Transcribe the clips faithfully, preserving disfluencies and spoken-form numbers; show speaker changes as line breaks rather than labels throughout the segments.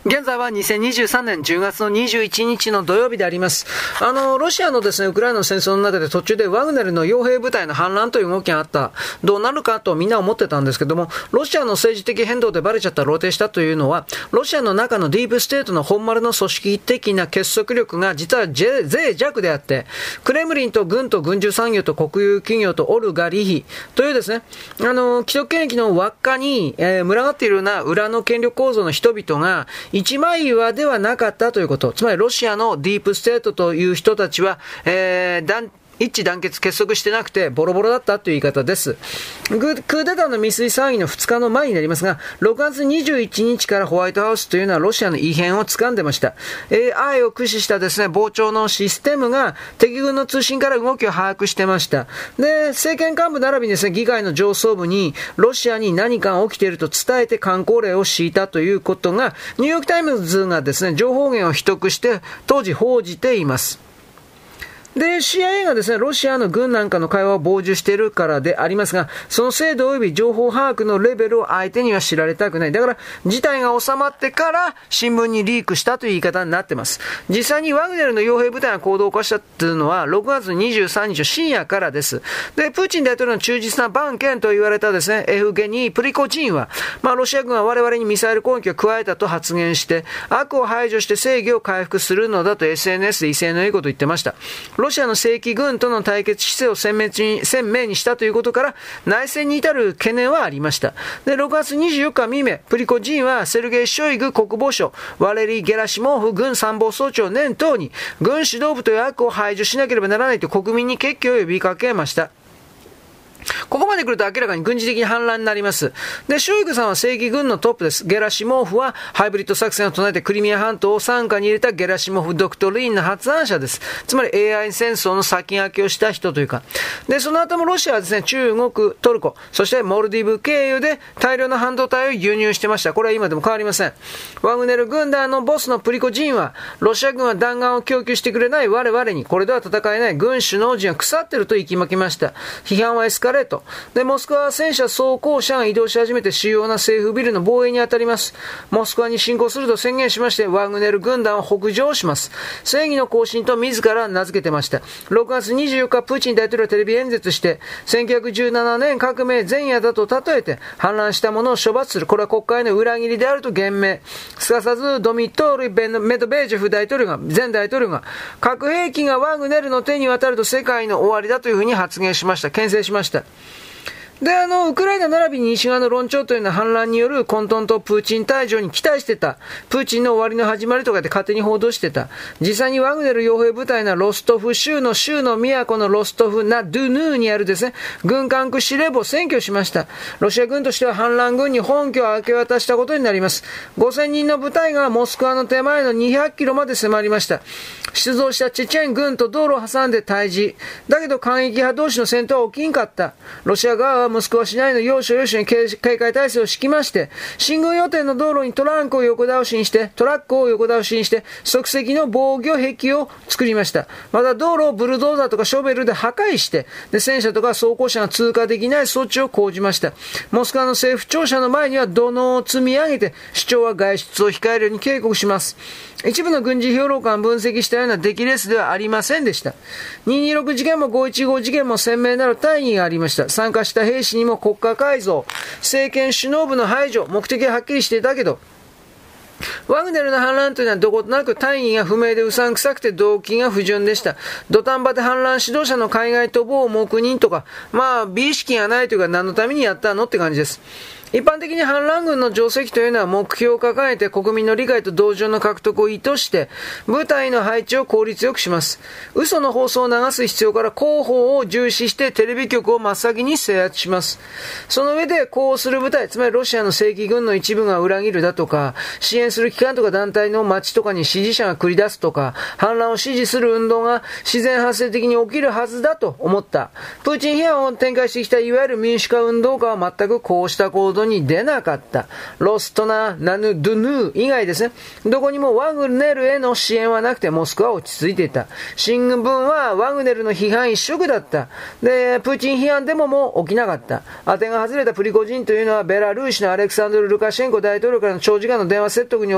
現在はにせんにじゅうさんねんじゅうがつのにじゅういちにちの土曜日であります。あの、ロシアのですね、ウクライナの戦争の中で途中でワグネルの傭兵部隊の反乱という動きがあった。どうなるかとみんな思ってたんですけども、ロシアの政治的変動でバレちゃった、露呈したというのは、ロシアの中のディープステートの本丸の組織的な結束力が実は脆弱であって、クレムリンと軍と軍需産業と国有企業とオルガリヒというですね、あの、既得権益の輪っかに、えー、群がっているような裏の権力構造の人々が、一枚岩ではなかったということ。つまりロシアのディープステートという人たちは、えー、一致団結結束してなくてボロボロだったという言い方です。クーデターの未遂騒ぎのふつかの前になりますが、ろくがつにじゅういちにちからホワイトハウスというのはロシアの異変を掴んでました。エーアイ を駆使したですね、傍聴のシステムが敵軍の通信から動きを把握してました。で、政権幹部並びにですね、議会の上層部にロシアに何か起きていると伝えて慣行令を敷いたということが、ニューヨークタイムズがですね、情報源を秘匿して当時報じています。で、シーアイエー がですね、ロシアの軍なんかの会話を傍受しているからでありますが、その精度及び情報把握のレベルを相手には知られたくない。だから、事態が収まってから新聞にリークしたという言い方になっています。実際にワグネルの傭兵部隊が行動を起こしたというのは、ろくがつにじゅうさんにちの深夜からです。で、プーチン大統領の忠実な番犬と言われたですね、エフゲニー・プリコジンは、まあ、ロシア軍は我々にミサイル攻撃を加えたと発言して、悪を排除して正義を回復するのだと エスエヌエス で威勢のいいことを言ってました。ロシアの正規軍との対決姿勢を鮮明に、鮮明にしたということから内戦に至る懸念はありました。で、ろくがつにじゅうよっか未明、プリコジンはセルゲイ・ショイグ国防相、ワレリー・ゲラシモフ軍参謀総長を念頭に軍指導部という悪を排除しなければならないと国民に決起を呼びかけました。ここまで来ると明らかに軍事的に反乱になります。で、ショイグさんは正規軍のトップです。ゲラシモフはハイブリッド作戦を唱えてクリミア半島を傘下に入れたゲラシモフドクトリーンの発案者です。つまり エーアイ 戦争の先駆けをした人というか。で、その後もロシアはですね、中国、トルコ、そしてモルディブ経由で大量の半導体を輸入してました。これは今でも変わりません。ワグネル軍団のボスのプリコジンは、ロシア軍は弾丸を供給してくれない我々に、これでは戦えない軍首脳陣が腐ってると言いまきました。批判はエスカレート。で、モスクワは戦車装甲車が移動し始めて主要な政府ビルの防衛に当たります。モスクワに侵攻すると宣言しまして、ワグネル軍団を北上します。正義の行進と自ら名付けてました。ろくがつにじゅうよっか、プーチン大統領はテレビ演説して、せんきゅうひゃくじゅうななねん革命前夜だと例えて、反乱した者を処罰する。これは国会の裏切りであると言明。すかさず、ドミトール・メドベージェフ大統領が、前大統領が、核兵器がワグネルの手に渡ると世界の終わりだというふうに発言しました。牽制しました。で、あの、ウクライナ並びに西側の論調というのは反乱による混沌とプーチン退場に期待してた。プーチンの終わりの始まりとかで勝手に報道してた。実際にワグネル傭兵部隊のロストフ州の州の都のロストフナ・ドゥヌーにあるですね、軍管区司令部を占拠しました。ロシア軍としては反乱軍に本拠を明け渡したことになります。ごせんにんの部隊がモスクワの手前のにひゃくキロまで迫りました。出動したチェチェン軍と道路を挟んで対峙。だけど過激派同士の戦闘は起きんかった。ロシア側はモスクワ市内の要所要所に警戒態勢を敷きまして、進軍予定の道路にトランクを横倒しにして、トラックを横倒しにして、即席の防御壁を作りました。また道路をブルドーザーとかショベルで破壊して、で戦車とか装甲車が通過できない措置を講じました。モスクワの政府庁舎の前には土のを積み上げて、市長は外出を控えるように警告します。一部の軍事評論家が分析したような出来レースではありませんでした。にひゃくにじゅうろく事件もごひゃくじゅうご事件も鮮明なる大義がありました。参加した兵士にも国家改造、政権首脳部の排除、目的ははっきりしていたけど、ワグネルの反乱というのはどことなく大義が不明でうさんくさくて動機が不純でした。土壇場で反乱指導者の海外逃亡を黙認とか、まあ美意識がないというか何のためにやったのって感じです。一般的に反乱軍の定石というのは目標を掲げて国民の理解と同情の獲得を意図して部隊の配置を効率よくします。嘘の放送を流す必要から広報を重視してテレビ局を真っ先に制圧します。その上でこうする部隊、つまりロシアの正規軍の一部が裏切るだとか、支援する機関とか団体の町とかに支持者が繰り出すとか、反乱を支持する運動が自然発生的に起きるはずだと思った。プーチン批判を展開してきたいわゆる民主化運動家は全くこうした行動に出なかった。ロストナ・ナヌ・ドゥヌー以外ですね、どこにもワグネルへの支援はなくてモスクワは落ち着いていた。新聞はワグネルの批判一色だった。で、プーチン批判デモも起きなかった。当てが外れたプリコジンというのはベラルーシのアレクサンドル・ルカシェンコ大統領からの長時間の電話説得に応じ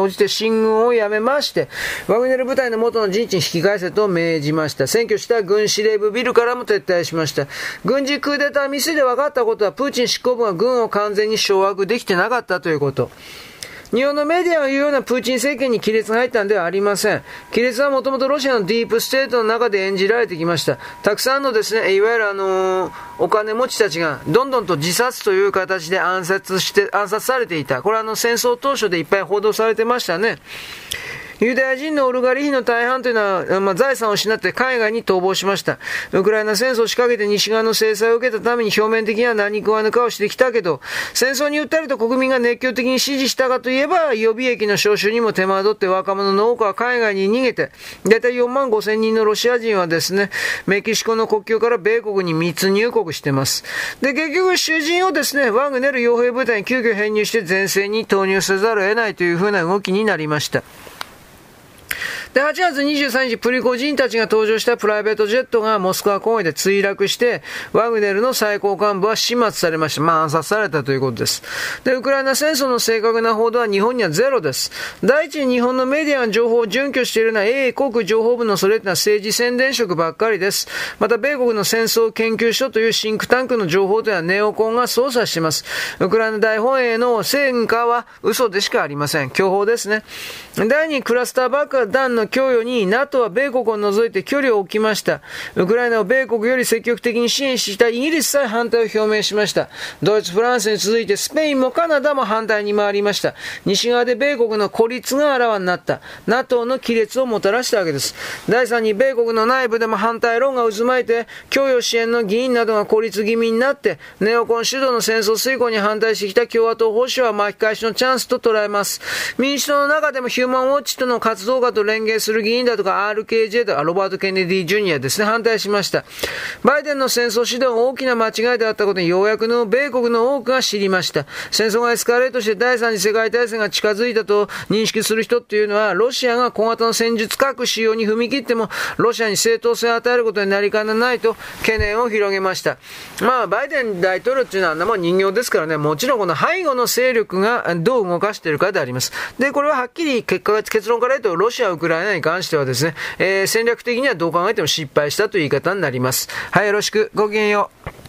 じて進軍をやめまして、ワグネル部隊の元の陣地に引き返せと命じました。占拠した軍司令部ビルからも撤退しました。軍事クーデター未遂で分かったことは、プーチン執行部が軍を完全に掌握できてなかったということ。日本のメディアが言うようなプーチン政権に亀裂が入ったんではありません。亀裂はもともとロシアのディープステートの中で演じられてきました。たくさんのですね、いわゆるあのー、お金持ちたちがどんどんと自殺という形で暗殺して、暗殺されていた。これはあの戦争当初でいっぱい報道されてましたね。ユダヤ人のオルガリヒの大半というのは、まあ、財産を失って海外に逃亡しました。ウクライナ戦争を仕掛けて西側の制裁を受けたために表面的には何食わぬ顔をしてきたけど、戦争に訴えると国民が熱狂的に支持したかといえば、予備役の招集にも手間取って若者の多くは海外に逃げて、だいたいよんまんごせんにんのロシア人はですね、メキシコの国境から米国に密入国しています。で、結局囚人をですね、ワグネル傭兵部隊に急遽編入して前線に投入せざるを得ないというふうな動きになりました。で、はちがつにじゅうさんにち、プリゴジンたちが搭乗したプライベートジェットがモスクワ郊外で墜落して、ワグネルの最高幹部は始末されました。まあ、暗殺されたということです。で、ウクライナ戦争の正確な報道は日本にはゼロです。第一に日本のメディアが情報を準拠しているのは英国情報部のそれというのは政治宣伝色ばっかりです。また、米国の戦争研究所というシンクタンクの情報というのはネオコンが操作しています。ウクライナ大本営の戦果は嘘でしかありません。強砲ですね。第二、クラスター爆弾の供与に NATO は米国を除いて距離を置きました。ウクライナを米国より積極的に支援したイギリスさえ反対を表明しました。ドイツ、フランスに続いてスペインもカナダも反対に回りました。西側で米国の孤立があらわになった。NATO の亀裂をもたらしたわけです。第三に、米国の内部でも反対論が渦巻いて、供与支援の議員などが孤立気味になって、ネオコン主導の戦争遂行に反対してきた共和党保守は巻き返しのチャンスと捉えます。民主党の中でもヒューマンウォッチとの活動家と連携する議員だとか アールケージェー とかロバート・ケネディ・ジュニアですね、反対しました。バイデンの戦争指導が大きな間違いであったことにようやくの米国の多くが知りました。戦争がエスカレートして第三次世界大戦が近づいたと認識する人っていうのは、ロシアが小型の戦術核使用に踏み切ってもロシアに正当性を与えることになりかねないと懸念を広げました。まあバイデン大統領っていうのはあんなもん人形ですからね、もちろんこの背後の勢力がどう動かしているかであります。で、これははっきり結果が結論から言うと、ロシア、ウクライナに関してはですね、えー、戦略的にはどう考えても失敗したという言い方になります。はい、よろしく。ごきげんよう。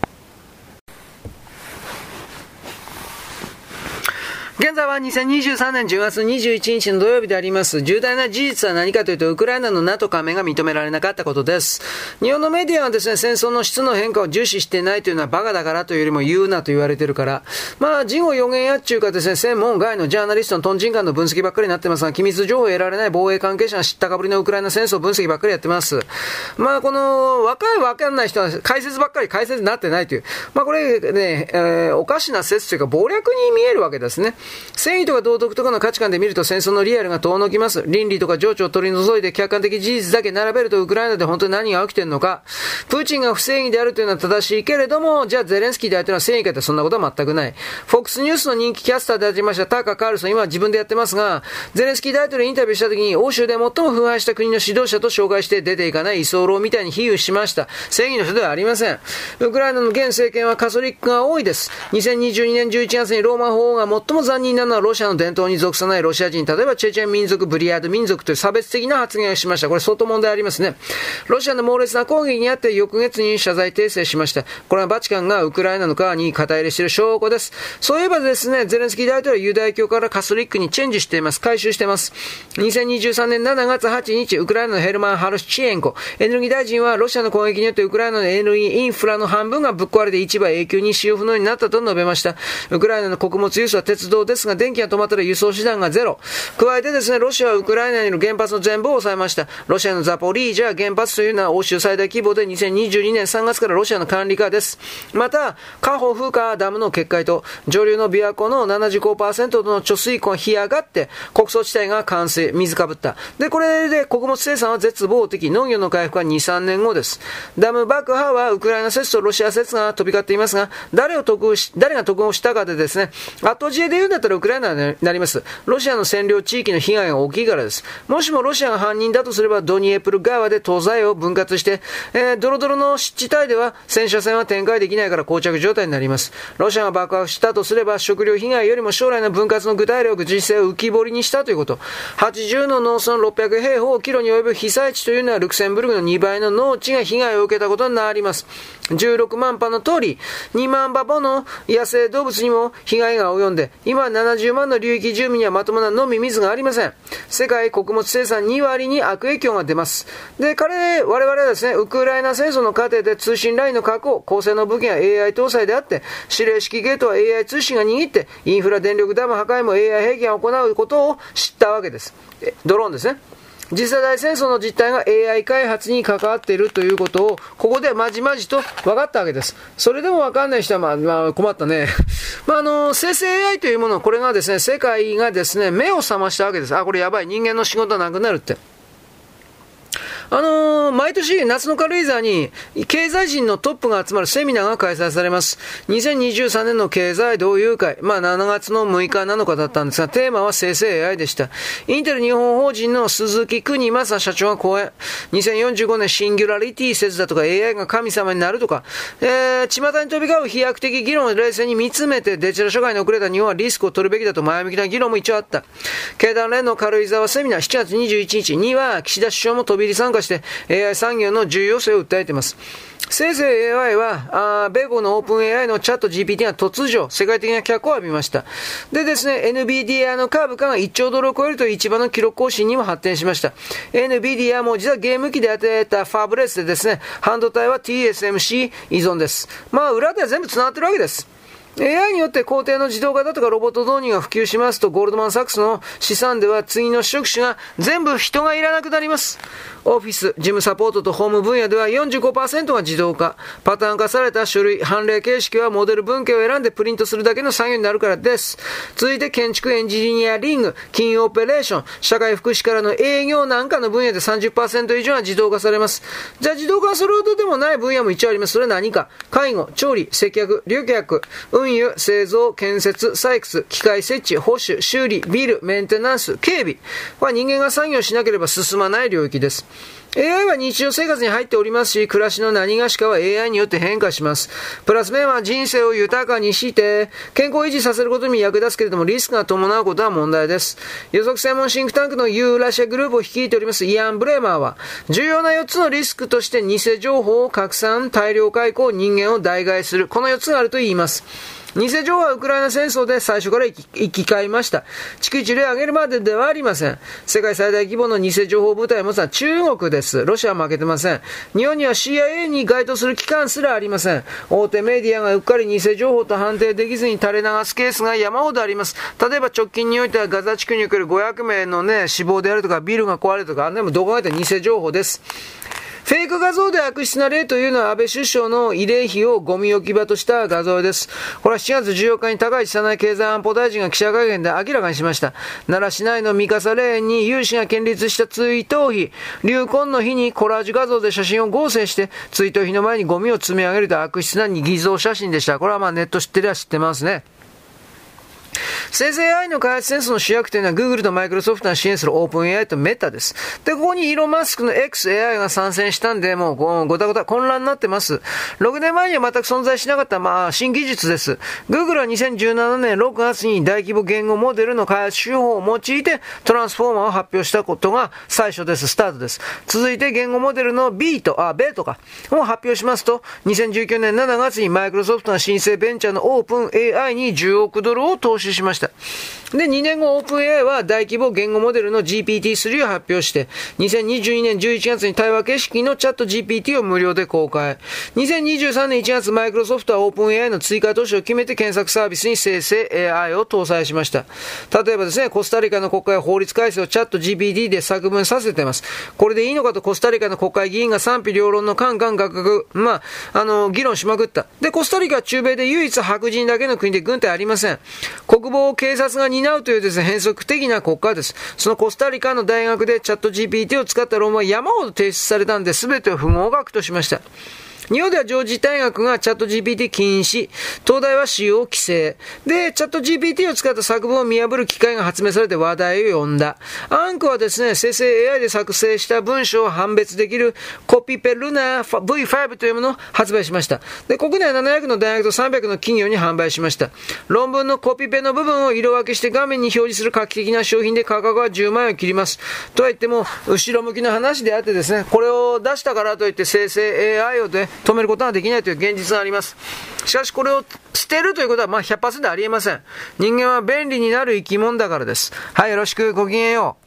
現在はにせんにじゅうさんねんじゅうがつにじゅういちにちの土曜日であります。重大な事実は何かというと、ウクライナの NATO 加盟が認められなかったことです。日本のメディアはですね、戦争の質の変化を重視していないというのはバカだからというよりも言うなと言われているから、まあ、事後予言やっちゅうかですね、専門外のジャーナリストのトンチンカンの分析ばっかりになってますが、機密情報を得られない防衛関係者が知ったかぶりのウクライナ戦争分析ばっかりやってます。まあ、この、若いわかんない人は解説ばっかり解説になってないという。まあ、これね、えー、おかしな説というか謀略に見えるわけですね。正義とか道徳とかの価値観で見ると戦争のリアルが遠のきます。倫理とか情緒を取り除いて客観的事実だけ並べるとウクライナで本当に何が起きているのか。プーチンが不正義であるというのは正しいけれども、じゃあゼレンスキー大統領は正義かってそんなことは全くない。フォックスニュースの人気キャスターでありましたターカー・カールソン、今は自分でやってますが、ゼレンスキー大統領にインタビューした時に欧州で最も腐敗した国の指導者と紹介して出ていかない居候みたいに比喩しました。正義の人ではありません。ウクライナの現政権はカトリックが多いです。にせんにじゅうにねんじゅういちがつにローマ法王が最も残忍なのはロシアの伝統に属さないロシア人、例えばチェチェン民族、ブリヤード民族という差別的な発言をしました。これ相当問題ありますね。ロシアの猛烈な攻撃にあって翌月に謝罪訂正しました。これはバチカンがウクライナの側に肩入れしている証拠です。そういえばですね、ゼレンスキー大統領はユダヤ教からカトリックにチェンジしています。改宗しています。にせんにじゅうさんねんしちがつはちにち、ウクライナのヘルマン・ハルシチエンコエネルギー大臣はロシアの攻撃によってウクライナのエネルギーインフラの半分がぶっ壊れて市場永久に使用不能になったと述べました。ウクライナの穀物輸送は鉄道ですが、電気が止まったら輸送手段がゼロ。加えてですね、ロシアはウクライナにいる原発の全部を抑えました。ロシアのザポリージャ原発というのは欧州最大規模でにせんにじゅうにねんさんがつからロシアの管理下です。また、カホフカダムの決壊と上流の琵琶湖の ななじゅうごパーセント の貯水湖が干上がって穀倉地帯が冠水、水かぶった。で、これで穀物生産は絶望的、農業の回復はに、さんねんごです。ダム爆破はウクライナ説とロシア説が飛び交っていますが、誰を得し、誰が得をしたかでですね、後知恵で言うんだっったらウクライナになります。ロシアの占領地域の被害が大きいからです。もしもロシアが犯人だとすれば、ドニエプル川で東西を分割して、えー、ドロドロの湿地帯では戦車戦は展開できないから膠着状態になります。ロシアが爆破したとすれば、食料被害よりも将来の分割の具体力、実勢を浮き彫りにしたということ。はちじゅうの農村ろっぴゃくへいほうキロに及ぶ被災地というのは、ルクセンブルクのにばいの農地が被害を受けたことになります。じゅうろくまん羽の通り、にまんばぼの野生動物にも被害が及んで、今ななじゅうまんの流域住民にはまともな飲み水がありません。世界穀物生産にわりに悪影響が出ます。で、彼、我々はですね、ウクライナ戦争の過程で通信ラインの確保、高性能武器は エーアイ 搭載であって、指令式ゲートは エーアイ 通信が握って、インフラ電力ダム破壊も エーアイ 兵器が行うことを知ったわけです。ドローンですね。次世代戦争の実態が エーアイ 開発に関わっているということを、ここでまじまじと分かったわけです。それでも分かんない人は、まあ、まあ、困ったね。まあ、あの、生成 エーアイ というもの、これがですね、世界がですね、目を覚ましたわけです。あ、これやばい、人間の仕事なくなるって。あのー、毎年夏の軽井沢に経済人のトップが集まるセミナーが開催されます。にせんにじゅうさんねんの経済同友会、まあしちがつのむいかなのかだったんですが、テーマは生成 エーアイ でした。インテル日本法人の鈴木邦正社長が講演。にせんよんじゅうごねんシンギュラリティ説だとか エーアイ が神様になるとか、えー、巷に飛び交う飛躍的議論を冷静に見つめて、デジタル社会に遅れた日本はリスクを取るべきだと前向きな議論も一応あった。経団連の軽井沢セミナーしちがつにじゅういちにちには岸田首相も飛び入り参加して エーアイ 産業の重要性を訴えています。生成 エーアイ は、あ米国のオープン エーアイ のチャット ジーピーティー が突如、世界的な脚光を浴びました。でですね、エヌビディア の株価がいっちょうドルを超えるという一番の記録更新にも発展しました。エヌビディア も実はゲーム機で当てたファブレスでですね、半導体は ティーエスエムシー 依存です。まあ、裏では全部繋がってるわけです。エーアイ によって工程の自動化だとかロボット導入が普及しますと、ゴールドマンサックスの試算では次の職種が全部人がいらなくなります。オフィス、事務サポートとホーム分野では よんじゅうごパーセント が自動化。パターン化された書類、判例形式はモデル文献を選んでプリントするだけの作業になるからです。続いて建築エンジニアリング、金融オペレーション、社会福祉からの営業なんかの分野で さんじゅっパーセント 以上が自動化されます。じゃあ自動化するほどでもない分野も一応あります。それは何か。介護、調理、接客、旅客、運輸、製造、建設、採掘、機械設置、保守、修理、ビル、メンテナンス、警備。これは人間が作業しなければ進まない領域です。エーアイ は日常生活に入っておりますし、暮らしの何がしかは エーアイ によって変化します。プラス面は人生を豊かにして、健康を維持させることに役立つけれども、リスクが伴うことは問題です。予測専門シンクタンクのユーラシアグループを率いておりますイアン・ブレーマーは、重要なよっつのリスクとして偽情報を拡散、大量解雇、人間を代替する。このよっつがあると言います。偽情報はウクライナ戦争で最初から生き、生き返りました。逐一例を挙げるまでではありません。世界最大規模の偽情報部隊を持つのは中国です。ロシアは負けてません。日本には シーアイエー に該当する機関すらありません。大手メディアがうっかり偽情報と判定できずに垂れ流すケースが山ほどあります。例えば直近においてはガザ地区におけるごひゃくめいのね、死亡であるとかビルが壊れるとか、あんなもどこかで偽情報です。フェイク画像で悪質な例というのは安倍首相の慰霊碑をゴミ置き場とした画像です。これはしちがつじゅうよっかに高市早苗経済安保大臣が記者会見で明らかにしました。奈良市内の三笠霊園に有志が建立した追悼碑、流魂の日にコラージュ画像で写真を合成して追悼碑の前にゴミを積み上げると悪質な偽造写真でした。これはまあネット知ってりゃ知ってますね。生成 エーアイ の開発センスの主役というのは Google と Microsoft が支援する OpenAI と Meta です。で、ここにイーロン・マスクの エックスエーアイ が参戦したんで、もうごたごた混乱になってます。ろくねんまえには全く存在しなかった、まあ、新技術です。Google はにせんじゅうななねんろくがつに大規模言語モデルの開発手法を用いてトランスフォーマーを発表したことが最初です。スタートです。続いて言語モデルの B と、あ、ベとかを発表しますと、にせんじゅうきゅうねんしちがつに Microsoft が新生ベンチャーの OpenAI にじゅうおくドルを投資しました。で、にねんご OpenAI は大規模言語モデルの ジーピーティースリー を発表して、にせんにじゅうにねんじゅういちがつに対話形式のチャット ジーピーティー を無料で公開。にせんにじゅうさんねんいちがつ、マイクロソフトは OpenAI の追加投資を決めて検索サービスに生成 エーアイ を搭載しました。例えばですね、コスタリカの国会法律改正をチャット ジーピーティー で作文させています。これでいいのかとコスタリカの国会議員が賛否両論のカンカンガクガク、まあ、あの、議論しまくった。で、コスタリカは中米で唯一白人だけの国で軍隊ありません。国防警察が担うというですね、変則的な国家です。そのコスタリカの大学でチャット ジーピーティー を使った論文は山ほど提出されたんで、全てを不合格としました。 日本では上智大学がチャット ジーピーティー 禁止、東大は使用規制。で、チャット ジーピーティー を使った作文を見破る機械が発明されて話題を呼んだ。アンクはですね、生成 エーアイ で作成した文章を判別できるコピペルナー ブイファイブ というものを発売しました。で、国内ななひゃくの大学とさんびゃくの企業に販売しました。論文のコピペの部分を色分けして画面に表示する画期的な商品で価格はじゅうまんえんを切ります。とは言っても、後ろ向きの話であってですね、これを出したからといって生成 エーアイ をで止めることができないという現実があります。しかしこれを捨てるということはまあ ひゃくパーセント ありえません。人間は便利になる生き物だからです。はい、よろしく、ごきげんよう。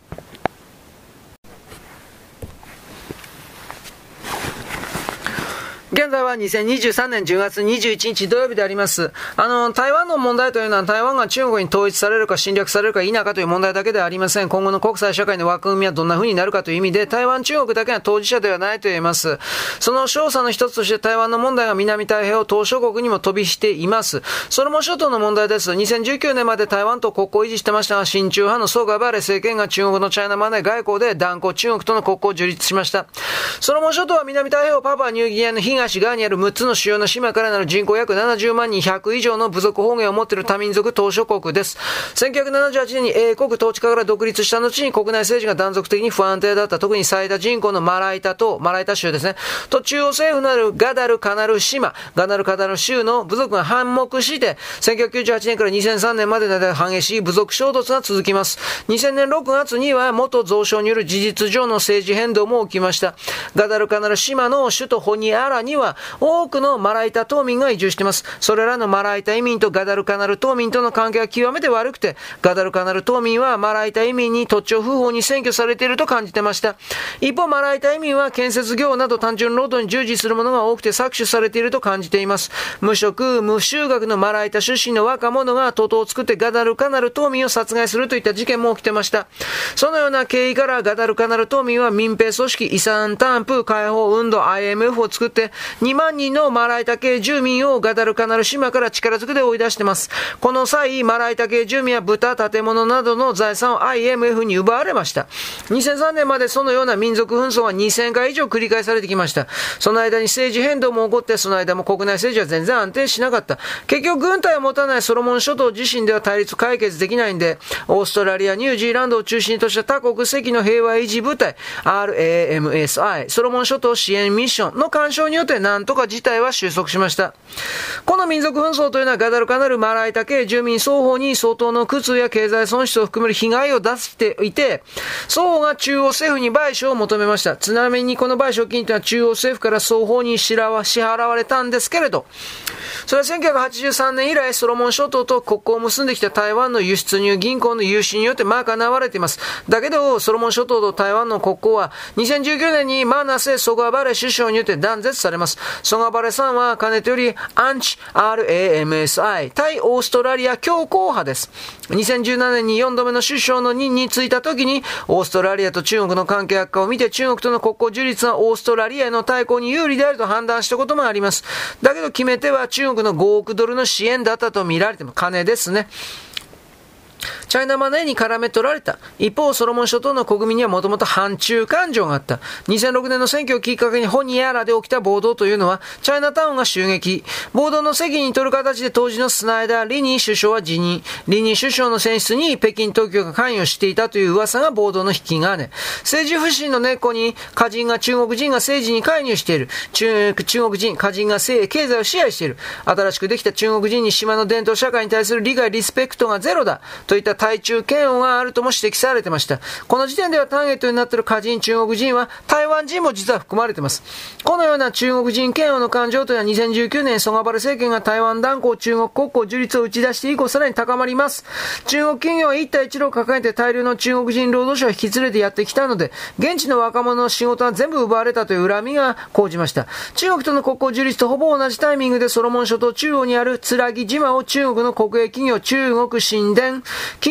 現在はにせんにじゅうさんねんじゅうがつにじゅういちにち土曜日であります。あの、台湾の問題というのは台湾が中国に統一されるか侵略されるか否かという問題だけではありません。今後の国際社会の枠組みはどんな風になるかという意味で、台湾中国だけが当事者ではないと言えます。その少佐の一つとして台湾の問題が南太平洋島諸国にも飛び火しています。ソロモン諸島の問題です。にせんじゅうきゅうねんまで台湾と国交を維持してましたが、親中派のソガバレ政権が中国のチャイナマネー外交で断固中国との国交を樹立しました。ソロモン諸島は南太平洋パパニューギニアの東側にあるむっつの主要な島からなる人口約ななじゅうまんにん、ひゃくいじょうの部族方言を持っている多民族島諸国です。せんきゅうひゃくななじゅうはちねんに英国統治下から独立した後に国内政治が断続的に不安定だった。特に最多人口のマライタ島、マライタ州ですね。と中央政府のあるガダルカナル島、ガダルカナル州の部族が反目して、せんきゅうひゃくきゅうじゅうはちねんからにせんさんねんまでの間激しい部族衝突が続きます。にせんねんろくがつには元蔵相による事実上の政治変動も起きました。ガダルカナル島の首都ホニアラには多くのマライタ島民が移住しています。それらのマライタ移民とガダルカナル島民との関係は極めて悪くて、ガダルカナル島民はマライタ移民に土地を不法に占拠されていると感じてました。一方、マライタ移民は建設業など単純労働に従事する者が多くて搾取されていると感じています。無職、無就学のマライタ出身の若者が徒党を作ってガダルカナル島民を殺害するといった事件も起きてました。そのような経緯からガダルカナル島民は民兵組織遺産担保解放運動 アイエムエフ を作ってにまんにんのマライタ系住民をガダルカナル島から力ずくで追い出しています。この際、マライタ系住民は豚、建物などの財産を アイエムエフ に奪われました。にせんさんねんまでそのような民族紛争はにせんかい以上繰り返されてきました。その間に政治変動も起こって、その間も国内政治は全然安定しなかった。結局軍隊を持たないソロモン諸島自身では対立解決できないんで、オーストラリア、ニュージーランドを中心とした多国籍の平和維持部隊 アールエーエムエスアイ ソロモン諸島支援ミッションの干渉によってなんとか事態は収束しました。この民族紛争というのはガダルカナルマライタ系住民双方に相当の苦痛や経済損失を含める被害を出していて、双方が中央政府に賠償を求めました。ちなみにこの賠償金というのは中央政府から双方に支払われたんですけれど、それはせんきゅうひゃくはちじゅうさんねん以来ソロモン諸島と国交を結んできた台湾の輸出入銀行の融資によって賄われています。だけどソロモン諸島と台湾の国交はにせんじゅうきゅうねんにマナセ・ソガバレ首相によって断絶されます。ソガバレさんはかねてよりアンチ アールエーエムエスアイ 対オーストラリア強硬派です。にせんじゅうななねんによんどめの首相の任に就いた時にオーストラリアと中国の関係悪化を見て中国との国交樹立はオーストラリアへの対抗に有利であると判断したこともあります。だけど決め手は中国のごおくドルの支援だったと見られても金ですね。チャイナマネーに絡め取られた。一方、ソロモン諸島の国民にはもともと反中感情があった。にせんろくねんの選挙をきっかけにホニアラで起きた暴動というのは、チャイナタウンが襲撃。暴動の責任に取る形で当時のスナイダー・リニー首相は辞任。リニー首相の選出に北京当局が関与していたという噂が暴動の引き金。政治不信の根っこに、家人が中国人が政治に介入している。中, 中国人、家人が経済を支配している。新しくできた中国人に島の伝統社会に対する理解、リスペクトがゼロだ。といった対中嫌悪があるとも指摘されていました。この時点ではターゲットになっている家人、中国人は台湾人も実は含まれています。このような中国人嫌悪の感情というのはにせんじゅうきゅうねんソガバレ政権が台湾断交中国国交樹立を打ち出して以降さらに高まります。中国企業は一帯一路を抱えて大量の中国人労働者を引き連れてやってきたので、現地の若者の仕事は全部奪われたという恨みが講じました。中国との国交樹立とほぼ同じタイミングでソロモン諸島中央にあるつらぎ島を中国の国営企業中国新電企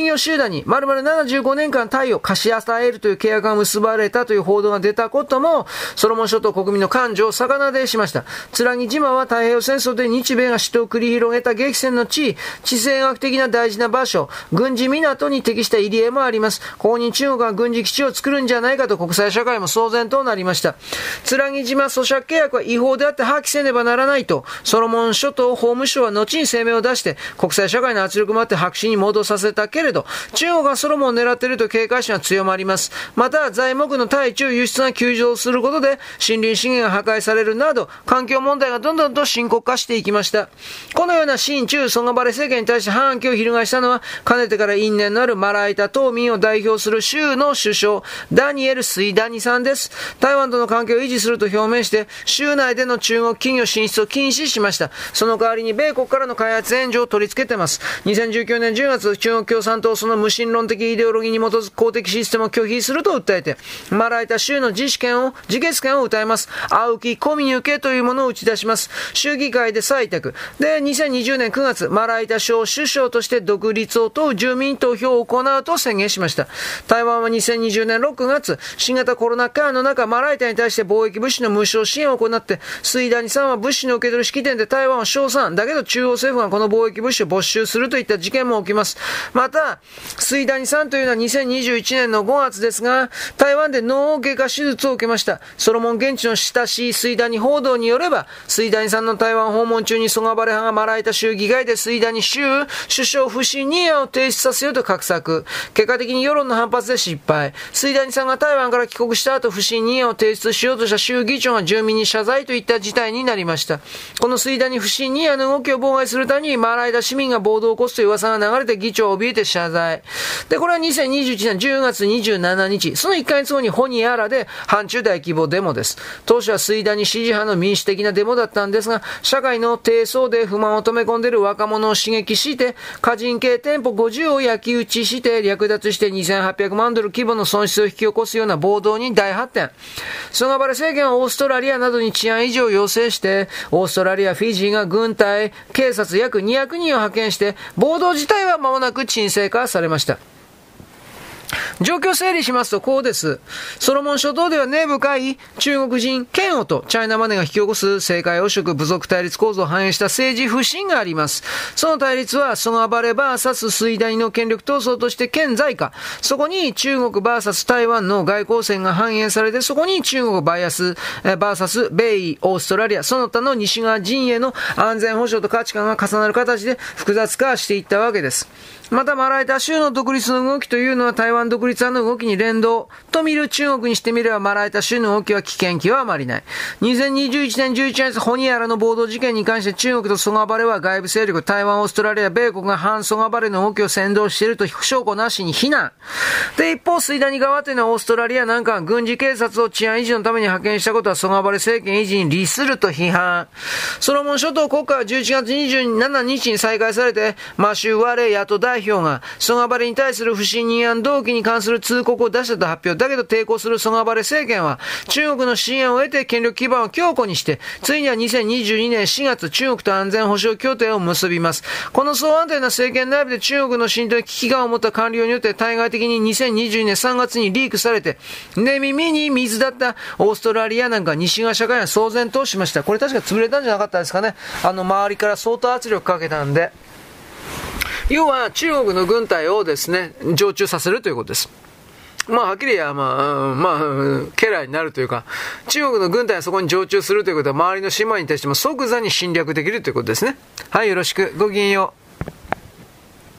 企業集団に丸々ななじゅうごねんかん貸与を貸し与えるという契約が結ばれたという報道が出たことも、ソロモン諸島国民の感情を逆なでしました。つらぎ島は太平洋戦争で日米が死闘を繰り広げた激戦の地、地政学的な大事な場所、軍事港に適した入り江もあります。ここに中国が軍事基地を作るんじゃないかと国際社会も騒然となりました。つらぎ島租借契約は違法であって破棄せねばならないと、ソロモン諸島法務省は後に声明を出して、国際社会の圧力もあって白紙に戻させたけれど、中国がソロモンを狙っているという警戒心は強まります。また、材木の対中輸出が急増することで、森林資源が破壊されるなど、環境問題がどんどんと深刻化していきました。このような親中ソガバレ政権に対して反旗を翻したのは、かねてから因縁のあるマライタ島民を代表する州の首相、ダニエル・スイダニさんです。台湾との関係を維持すると表明して、州内での中国企業進出を禁止しました。その代わりに米国からの開発援助を取り付けています。にせんじゅうきゅうねんじゅうがつ、中国共産党その無神論的イデオロギーに基づく公的システムを拒否すると訴えて、マライタ州の自主権を、自決権を訴えます。青木コミュニケというものを打ち出します。州議会で採択。で、にせんにじゅうねんくがつ、マライタ州首相として独立を問う住民投票を行うと宣言しました。台湾はにせんにじゅうねんろくがつ、新型コロナ禍の中、マライタに対して貿易物資の無償支援を行って、スイダニさんは物資の受け取り式典で台湾を称賛。だけど中央政府がこの貿易物資を没収するといった事件も起きます。また、スイダニさんというのはにせんにじゅういちねんのごがつですが、台湾で脳外科手術を受けました。ソロモン現地の親しいスイダニ報道によれば、スイダニさんの台湾訪問中にソガバレ派がマライタ州議会でスイダニ州首相不信任案を提出させようと画策。結果的に世論の反発で失敗。スイダニさんが台湾から帰国した後不信任案を提出しようとした州議長が住民に謝罪といった事態になりました。このスイダニ不信任案の動きを妨害するためにマライタ市民が暴動を起こすという噂が流れて議長を怯えて謝罪。で、これはにせんにじゅういちねんじゅうがつにじゅうしちにち、そのいっかげつごにホニアラで反中大規模デモです。当初はスイダニ支持派の民主的なデモだったんですが、社会の低層で不満を止め込んでいる若者を刺激して、個人系店舗ごじゅうを焼き討ちして略奪してにせんはっぴゃくまんドル規模の損失を引き起こすような暴動に大発展。ソガバレ政権はオーストラリアなどに治安維持を要請して、オーストラリア、フィジーが軍隊、警察約にひゃくにんを派遣して、暴動自体は間もなく沈静化されました。状況を整理しますとこうです。ソロモン諸島では根深い中国人嫌悪とチャイナマネーが引き起こす政界汚職部族対立構造を反映した政治不信があります。その対立はソガバレ ブイエス スイダニの権力闘争として顕在化。そこに中国 ブイエス 台湾の外交戦が反映されて、そこに中国 ブイエス 米オーストラリアその他の西側陣営の安全保障と価値観が重なる形で複雑化していったわけです。またマライタ州の独立の動きというのは台湾独立派の動きに連動と見る中国にしてみればマライタ州の動きは危険極まりない。にせんにじゅういちねんじゅういちがつホニアラの暴動事件に関して中国とソガバレは外部勢力台湾、オーストラリア、米国が反ソガバレの動きを先導していると証拠なしに非難。で、一方スイダニ側というのはオーストラリアなんかが軍事警察を治安維持のために派遣したことはソガバレ政権維持に利すると批判。ソロモン諸島国家はじゅういちがつにじゅうしちにちに再開されて、マシュー・ワレ野党代表がソガバレに対する不信任案動機に関する通告を出したと発表。だけど抵抗するソガバレ政権は中国の支援を得て権力基盤を強固にして、ついにはにせんにじゅうにねんしがつ中国と安全保障協定を結びます。この相安定な政権内部で中国の浸透に危機感を持った官僚によって対外的ににせんにじゅうにねんさんがつにリークされて、寝耳に水だったオーストラリアなんか西側社会が騒然としました。これ確か潰れたんじゃなかったですかね。あの周りから相当圧力かけたんで。要は中国の軍隊をですね、常駐させるということです。まあ、はっきり言えば、まあ、まあ、家来になるというか、中国の軍隊はそこに常駐するということは、周りの島に対しても即座に侵略できるということですね。はい、よろしく。ごきげんよう。